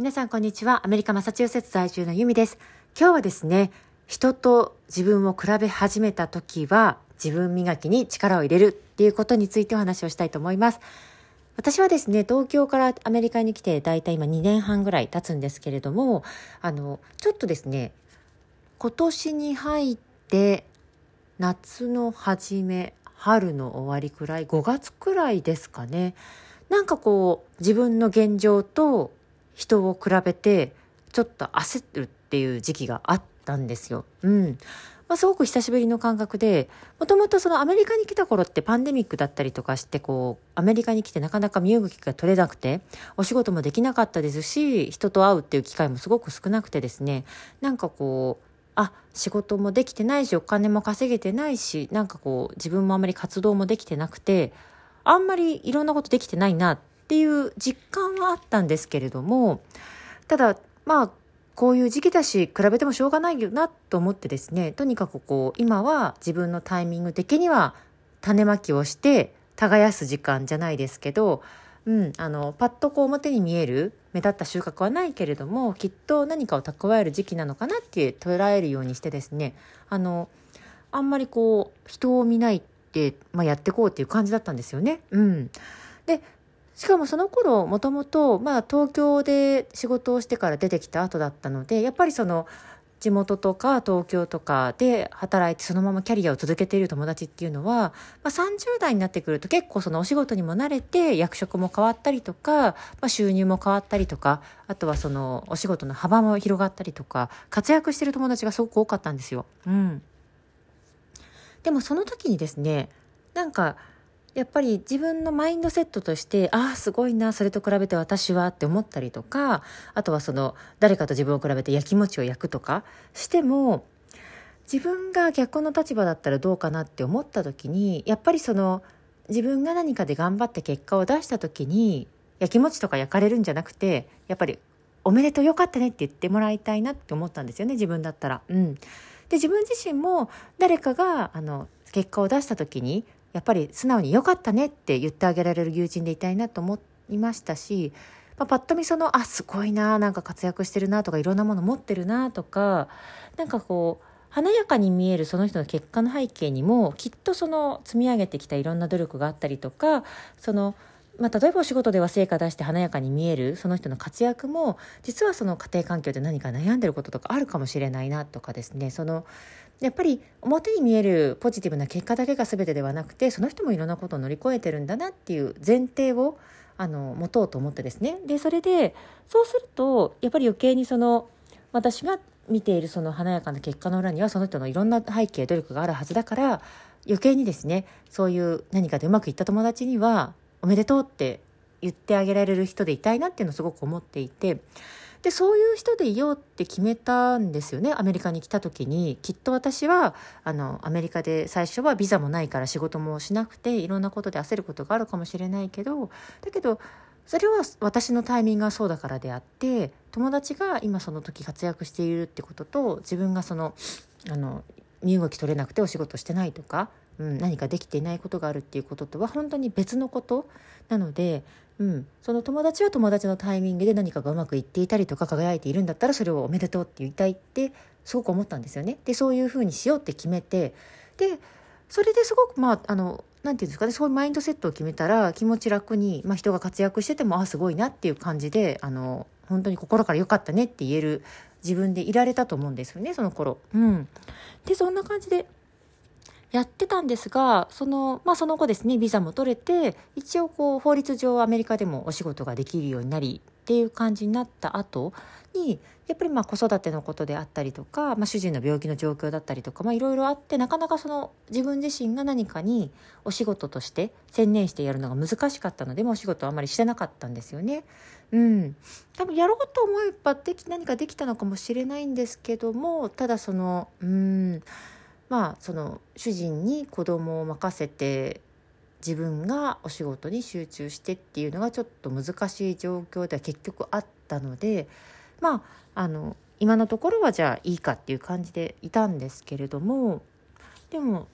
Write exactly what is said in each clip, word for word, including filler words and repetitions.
皆さんこんにちは。アメリカマサチューセッツ在住のユミです。今日はですね、人と自分を比べ始めた時は自分磨きに力を入れるっていうことについてお話をしたいと思います。私はですね、東京からアメリカに来てだいたい今にねんはんぐらい経つんですけれども、あのちょっとですね、今年に入って夏の初め、春の終わりくらい、ごがつくらいですかね。なんかこう自分の現状と人を比べてちょっと焦るっていう時期があったんですよ。うん。まあ、すごく久しぶりの感覚で、もともとそのアメリカに来た頃ってパンデミックだったりとかして、こうアメリカに来てなかなか身動きが取れなくて、お仕事もできなかったですし、人と会うっていう機会もすごく少なくてですね、なんかこうあ仕事もできてないし、お金も稼げてないし、なんかこう自分もあまり活動もできてなくて、あんまりいろんなことできてないなっていう実感はあったんですけれども、ただまあこういう時期だし比べてもしょうがないよなと思ってですね、とにかくこう今は自分のタイミング的には種まきをして耕す時間じゃないですけど、うん、あのパッとこう表に見える目立った収穫はないけれども、きっと何かを蓄える時期なのかなって捉えるようにしてですね、あのあんまりこう人を見ないって、まあ、やっていこうっていう感じだったんですよね。うん、でしかもその頃もともとまあ東京で仕事をしてから出てきた後だったので、やっぱりその地元とか東京とかで働いてそのままキャリアを続けている友達っていうのは、まあ、さんじゅう代になってくると結構そのお仕事にも慣れて役職も変わったりとか、まあ、収入も変わったりとか、あとはそのお仕事の幅も広がったりとか、活躍している友達がすごく多かったんですよ。うん、でもその時にですね、なんかやっぱり自分のマインドセットとして、ああすごいな、それと比べて私はって思ったりとか、あとはその誰かと自分を比べて焼きもちを焼くとかしても、自分が逆の立場だったらどうかなって思った時に、やっぱりその自分が何かで頑張って結果を出した時に焼きもちとか焼かれるんじゃなくて、やっぱりおめでとうよかったねって言ってもらいたいなって思ったんですよね、自分だったら。うん、で自分自身も誰かがあの結果を出した時にやっぱり素直に良かったねって言ってあげられる友人でいたいなと思いましたし、まあ、パッと見そのあすごいな、なんか活躍してるなとか、いろんなもの持ってるなとか、なんかこう華やかに見えるその人の結果の背景にもきっとその積み上げてきたいろんな努力があったりとか、そのまあ、例えばお仕事では成果出して華やかに見えるその人の活躍も、実はその家庭環境で何か悩んでることとかあるかもしれないなとかですね、そのやっぱり表に見えるポジティブな結果だけが全てではなくて、その人もいろんなことを乗り越えてるんだなっていう前提をあの持とうと思ってですね。でそれでそうするとやっぱり余計にその私が見ているその華やかな結果の裏にはその人のいろんな背景努力があるはずだから、余計にですね、そういう何かでうまくいった友達にはおめでとうって言ってあげられる人でいたいなっていうのをすごく思っていて、でそういう人でいようって決めたんですよね。アメリカに来た時にきっと私はあのアメリカで最初はビザもないから仕事もしなくて、いろんなことで焦ることがあるかもしれないけど、だけどそれは私のタイミングがそうだからであって、友達が今その時活躍しているってことと、自分がそのあの身動き取れなくてお仕事してないとか、うん、何かできていないことがあるっていうこととは本当に別のことなので、うん、その友達は友達のタイミングで何かがうまくいっていたりとか輝いているんだったら、それをおめでとうって言いたいってすごく思ったんですよね。でそういうふうにしようって決めて、でそれですごくまああのなんていうんですかね、そういうマインドセットを決めたら気持ち楽に、まあ、人が活躍しててもあすごいなっていう感じで、あの本当に心から良かったねって言える自分でいられたと思うんですよね、その頃。うん、でそんな感じでやってたんですが、その、まあ、その後ですね、ビザも取れて、一応こう法律上アメリカでもお仕事ができるようになりっていう感じになった後に、やっぱりまあ子育てのことであったりとか、まあ、主人の病気の状況だったりとか、まあ、いろいろあって、なかなかその自分自身が何かにお仕事として専念してやるのが難しかったので、まあ、お仕事はあまりしてなかったんですよね。うん、多分やろうと思えばでき何かできたのかもしれないんですけども、ただそのうんまあその主人に子供を任せて自分がお仕事に集中してっていうのがちょっと難しい状況では結局あったので、まああの今のところはじゃあいいかっていう感じでいたんですけれども、でも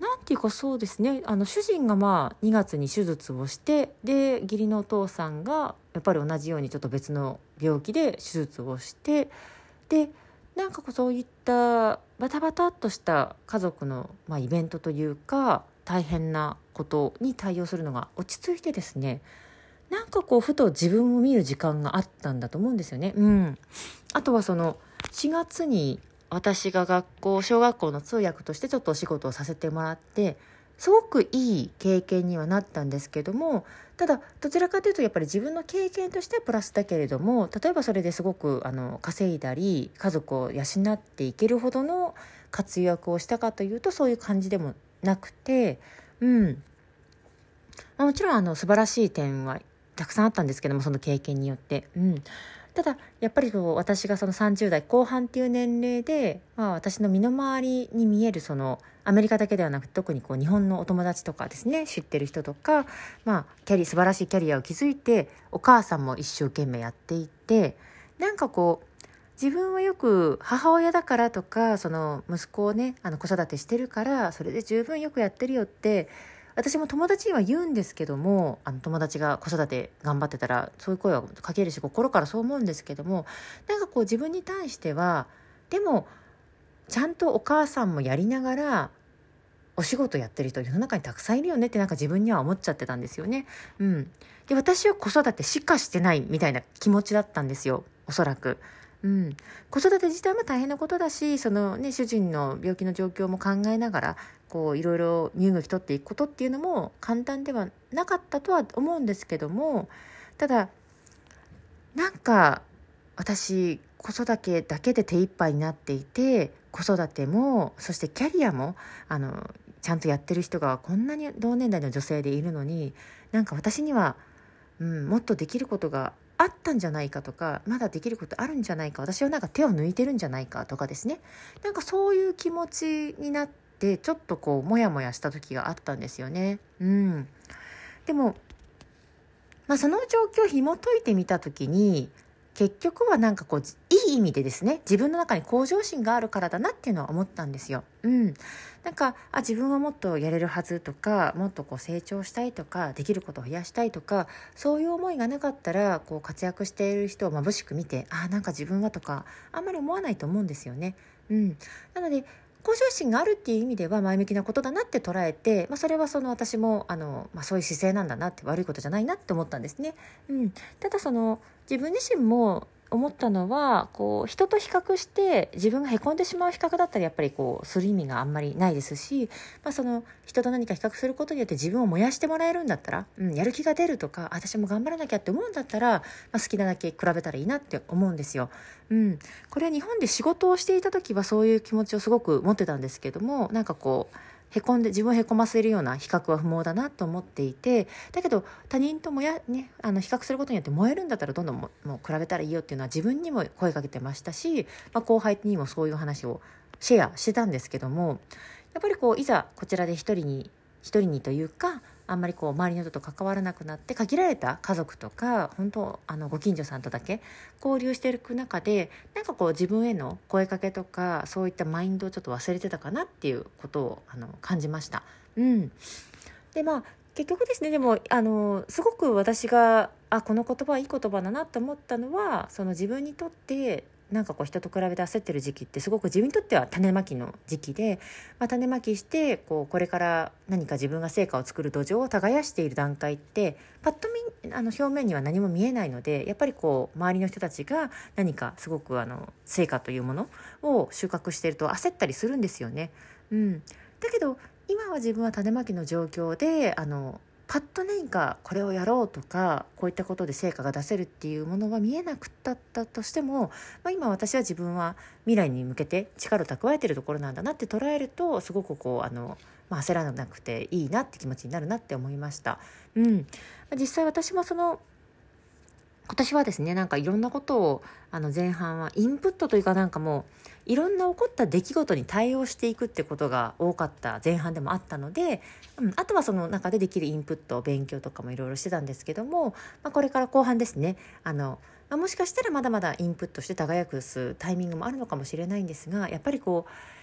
なんていうかそうですね、あの主人がまあにがつに手術をして、で義理のお父さんがやっぱり同じようにちょっと別の病気で手術をして、でなんかこうそういったバタバタっとした家族の、まあ、イベントというか大変なことに対応するのが落ち着いてですね、なんかこうふと自分を見る時間があったんだと思うんですよね。うん、あとはそのしがつに私が学校小学校の通訳としてちょっとお仕事をさせてもらって、すごくいい経験にはなったんですけども、ただどちらかというとやっぱり自分の経験としてはプラスだけれども、例えばそれですごくあの稼いだり家族を養っていけるほどの活躍をしたかというとそういう感じでもなくて、うんまあ、もちろんあの素晴らしい点はたくさんあったんですけども、その経験によって、うん、ただやっぱりこう私がそのさんじゅう代後半っていう年齢で、まあ、私の身の回りに見えるそのアメリカだけではなく特にこう日本のお友達とかですね、知ってる人とか、まあ、キャリ素晴らしいキャリアを築いてお母さんも一生懸命やっていて、なんかこう自分はよく母親だからとか、その息子をねあの子育てしてるからそれで十分よくやってるよって私も友達には言うんですけども、あの友達が子育て頑張ってたらそういう声はかけるし、心からそう思うんですけども、なんかこう自分に対してはでもちゃんとお母さんもやりながらお仕事やってる人世の中にたくさんいるよねってなんか自分には思っちゃってたんですよね。うん、で私は子育てしかしてないみたいな気持ちだったんですよ、おそらく。うん、子育て自体も大変なことだし、その、ね、主人の病気の状況も考えながらこういろいろ身動き取っていくことっていうのも簡単ではなかったとは思うんですけども、ただなんか私子育てだけで手一杯になっていて、子育てもそしてキャリアもあのちゃんとやってる人がこんなに同年代の女性でいるのに、なんか私には、うん、もっとできることがあったんじゃないかとか、まだできることあるんじゃないか、私はなんか手を抜いてるんじゃないかとかですね、なんかそういう気持ちになってちょっとこうモヤモヤした時があったんですよね。うん、でも、まあ、その状況を紐解いてみた時に結局はなんかこういい意味でですね、自分の中に向上心があるからだなっていうのは思ったんですよ。うん、なんかあ自分はもっとやれるはずとか、もっとこう成長したいとか、できることを増やしたいとか、そういう思いがなかったらこう活躍している人を眩しく見て、あなんか自分はとかあんまり思わないと思うんですよね。うん、なので向上心があるっていう意味では前向きなことだなって捉えて、まあ、それはその私もあの、まあ、そういう姿勢なんだなって、悪いことじゃないなって思ったんですね。うん、ただその自分自身も思ったのは、こう人と比較して自分がへこんでしまう比較だったらやっぱりこうする意味があんまりないですし、まあ、その人と何か比較することによって自分を燃やしてもらえるんだったら、うん、やる気が出るとか私も頑張らなきゃって思うんだったら、まあ、好きなだけ比べたらいいなって思うんですよ。うん、これは日本で仕事をしていた時はそういう気持ちをすごく持ってたんですけども、なんかこうへこんで自分をへこませるような比較は不毛だなと思っていて、だけど他人ともや、ね、あの比較することによって燃えるんだったらどんどんももう比べたらいいよっていうのは自分にも声かけてましたし、まあ、後輩にもそういう話をシェアしてたんですけども、やっぱりこういざこちらで一人に一人にというか、あんまりこう周りの人と関わらなくなって限られた家族とか本当あのご近所さんとだけ交流していく中で、なんかこう自分への声かけとかそういったマインドをちょっと忘れてたかなっていうことをあの感じました。うん、でまあ結局ですね、でもあのすごく私があこの言葉はいい言葉だなと思ったのは、その自分にとってなんかこう人と比べて焦ってる時期ってすごく自分にとっては種まきの時期で、まあ、種まきしてこうこれから何か自分が成果を作る土壌を耕している段階ってパッと見あの表面には何も見えないので、やっぱりこう周りの人たちが何かすごくあの成果というものを収穫していると焦ったりするんですよね。うん、だけど今は自分は種まきの状況であのパッと何かこれをやろうとかこういったことで成果が出せるっていうものは見えなくったったとしても、まあ、今私は自分は未来に向けて力を蓄えているところなんだなって捉えると、すごくこうあの、まあ、焦らなくていいなって気持ちになるなって思いました。うん、実際私もその今年はですね、なんかいろんなことをあの前半はインプットというか、なんかもういろんな起こった出来事に対応していくってことが多かった前半でもあったので、うん、あとはその中でできるインプット勉強とかもいろいろしてたんですけども、まあ、これから後半ですね、あの、まあ、もしかしたらまだまだインプットして耕すタイミングもあるのかもしれないんですが、やっぱりこう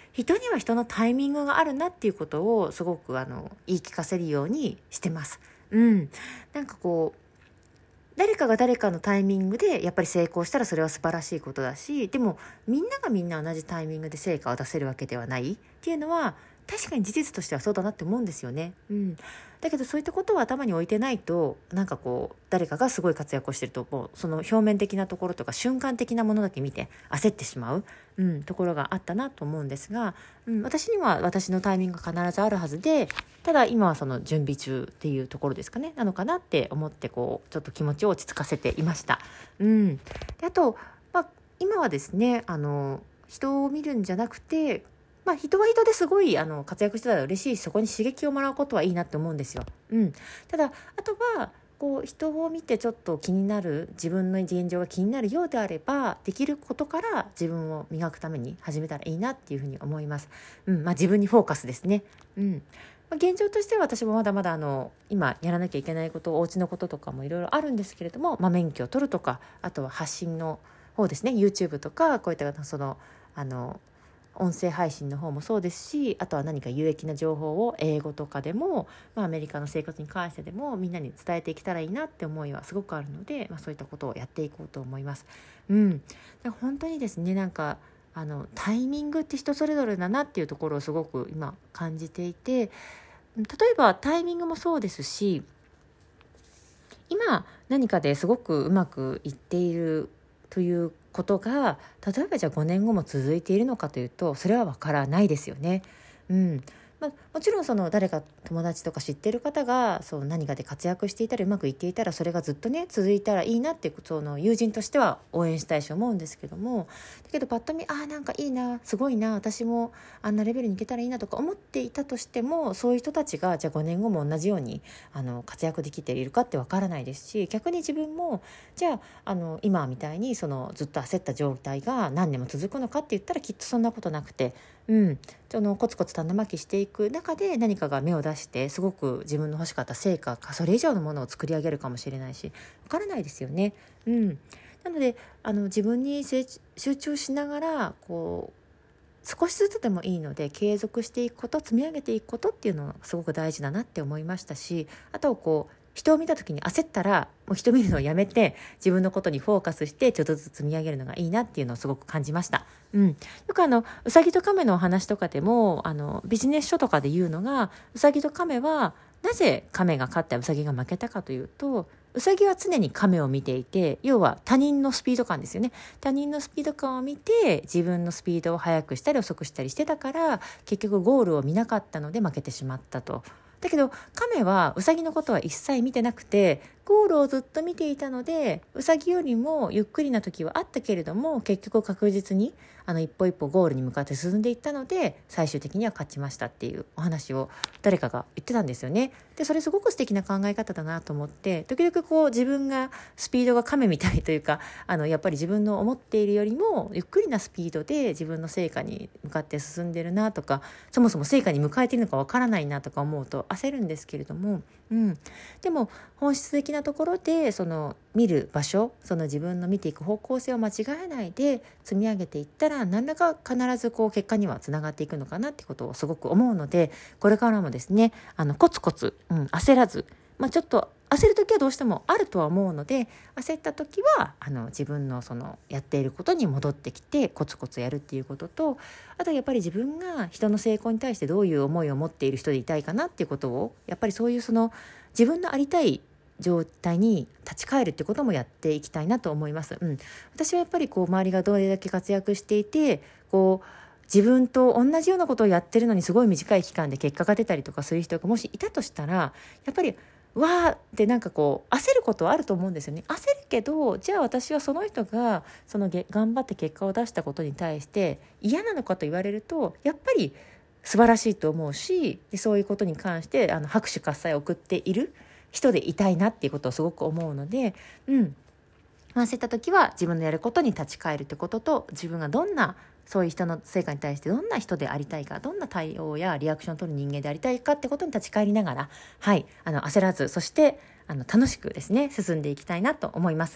人には人のタイミングがあるなっていうことをすごくあの言い聞かせるようにしてます。うん、なんかこう誰かが誰かのタイミングでやっぱり成功したらそれは素晴らしいことだし、でもみんながみんな同じタイミングで成果を出せるわけではないっていうのは確かに事実としてはそうだなって思うんですよね。うん、だけどそういったことを頭に置いてないと、なんかこう誰かがすごい活躍をしてるともうその表面的なところとか瞬間的なものだけ見て焦ってしまう、うん、ところがあったなと思うんですが、うん、私には私のタイミングが必ずあるはずで、ただ今はその準備中っていうところですかね、なのかなって思ってこうちょっと気持ちを落ち着かせていました。うん、であと、まあ、今はですねあの人を見るんじゃなくて、まあ、人は人ですごいあの活躍してたら嬉しいし、そこに刺激をもらうことはいいなって思うんですよ。うん、ただあとはこう人を見てちょっと気になる、自分の現状が気になるようであれば、できることから自分を磨くために始めたらいいなっていうふうに思います。うんまあ、自分にフォーカスですね。うんまあ、現状としては私もまだまだあの今やらなきゃいけないこと、お家のこととかもいろいろあるんですけれども、まあ、免許を取るとか、あとは発信の方ですね、 YouTube とかこういったそのあの音声配信の方もそうですし、あとは何か有益な情報を英語とかでも、まあ、アメリカの生活に関してでもみんなに伝えていけたらいいなって思いはすごくあるので、まあ、そういったことをやっていこうと思います。うん、だから本当にですね、なんかあのタイミングって人それぞれだなっていうところをすごく今感じていて、例えばタイミングもそうですし、今何かですごくうまくいっているということが、例えばじゃあごねんごも続いているのかというと、それはわからないですよね。うんまあ、もちろんその誰か友達とか知ってる方がそう何かで活躍していたりうまくいっていたら、それがずっとね続いたらいいなってその友人としては応援したいし思うんですけども、だけどパッと見あーなんかいいな、すごいな、私もあんなレベルに行けたらいいなとか思っていたとしても、そういう人たちがじゃあごねんごも同じようにあの活躍できているかってわからないですし、逆に自分もじゃあ、あの今みたいにそのずっと焦った状態が何年も続くのかって言ったらきっとそんなことなくて、うん、そのコツコツ種まきしていく中で何かが芽を出してすごく自分の欲しかった成果かそれ以上のものを作り上げるかもしれないし、わからないですよね。うん、なのであの自分に集中しながらこう少しずつでもいいので継続していくこと、積み上げていくことっていうのがすごく大事だなって思いましたし、あとこう人を見た時に焦ったらもう人見るのをやめて自分のことにフォーカスしてちょっとずつ積み上げるのがいいなっていうのをすごく感じました。うん、よくあのうさぎと亀のお話とかでもあのビジネス書とかで言うのが、うさぎと亀はなぜ亀が勝ってうさぎが負けたかというと、うさぎは常に亀を見ていて、要は他人のスピード感ですよね。他人のスピード感を見て自分のスピードを速くしたり遅くしたりしてたから、結局ゴールを見なかったので負けてしまったと。だけど亀はウサギのことは一切見てなくて、ゴールをずっと見ていたので、ウサギよりもゆっくりな時はあったけれども、結局確実にあの一歩一歩ゴールに向かって進んでいったので、最終的には勝ちましたっていうお話を誰かが言ってたんですよね。でそれすごく素敵な考え方だなと思って、時々こう自分がスピードが亀みたいというか、あのやっぱり自分の思っているよりもゆっくりなスピードで自分の成果に向かって進んでるなとか、そもそも成果に迎えているのかわからないなとか思うと焦るんですけれども、うん、でも本質的なところでその見る場所、その自分の見ていく方向性を間違えないで積み上げていったら、何らか必ずこう結果にはつながっていくのかなってことをすごく思うので、これからもですねあのコツコツ、うん、焦らず、まあ、ちょっと焦る時はどうしてもあるとは思うので、焦った時はあの自分のそのやっていることに戻ってきてコツコツやるっていうことと、あとやっぱり自分が人の成功に対してどういう思いを持っている人でいたいかなっていうことを、やっぱりそういうその自分のありたい状態に立ち返るってこともやっていきたいなと思います。うん、私はやっぱりこう周りがどれだけ活躍していて、こう自分と同じようなことをやってるのにすごい短い期間で結果が出たりとかする人がもしいたとしたら、やっぱりわーってなんかこう焦ることはあると思うんですよね。焦るけど、じゃあ私はその人がそのげ頑張って結果を出したことに対して嫌なのかと言われると、やっぱり素晴らしいと思うし、でそういうことに関してあの拍手喝采を送っている人でいたいなっていうことをすごく思うので、うん焦った時は自分のやることに立ち返るってことと、自分がどんなそういう人の成果に対してどんな人でありたいか、どんな対応やリアクションを取る人間でありたいかってことに立ち返りながら、はい、あの焦らず、そしてあの楽しくですね進んでいきたいなと思います。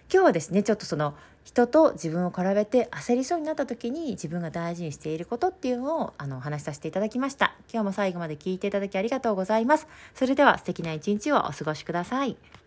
今日はですね、ちょっとその人と自分を比べて焦りそうになった時に自分が大事にしていることっていうのをあのお話しさせていただきました。今日も最後まで聞いていただきありがとうございます。それでは素敵な一日をお過ごしください。